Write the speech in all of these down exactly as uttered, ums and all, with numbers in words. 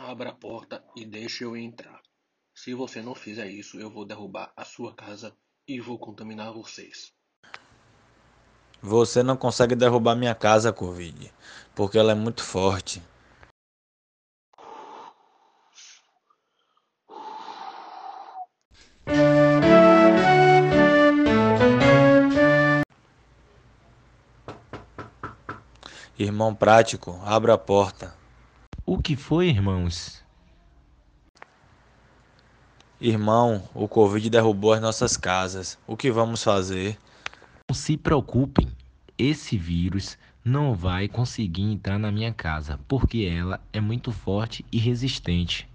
Abra a porta e deixe eu entrar. Se você não fizer isso, eu vou derrubar a sua casa e vou contaminar vocês. Você não consegue derrubar minha casa, Covid, porque ela é muito forte. Irmão prático, abra a porta. O que foi, irmãos? Irmão, o Covid derrubou as nossas casas. O que vamos fazer? Não se preocupem, esse vírus não vai conseguir entrar na minha casa, porque ela é muito forte e resistente.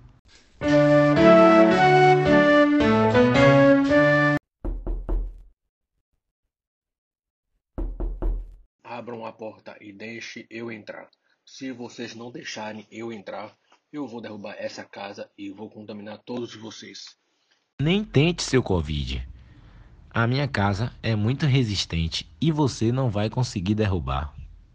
Abram a porta e deixe eu entrar. Se vocês não deixarem eu entrar, eu vou derrubar essa casa e vou contaminar todos vocês. Nem tente, seu Covid. A minha casa é muito resistente e você não vai conseguir derrubar.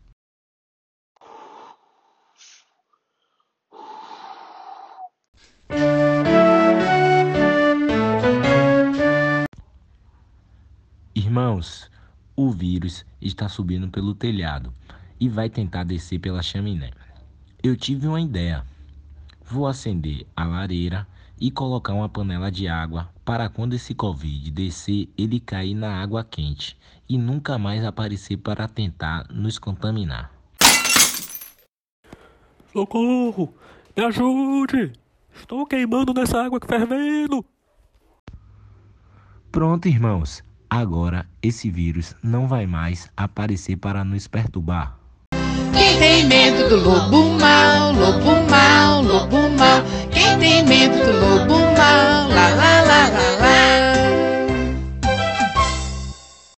Irmãos, o vírus está subindo pelo telhado e vai tentar descer pela chaminé. Eu tive uma ideia. Vou acender a lareira e colocar uma panela de água para quando esse Covid descer, ele cair na água quente e nunca mais aparecer para tentar nos contaminar. Socorro! Me ajude! Estou queimando nessa água que fervendo! Pronto, irmãos. Agora esse vírus não vai mais aparecer para nos perturbar. Quem tem medo do lobo mau, lobo mau, lobo mau. Quem tem medo do lobo mau?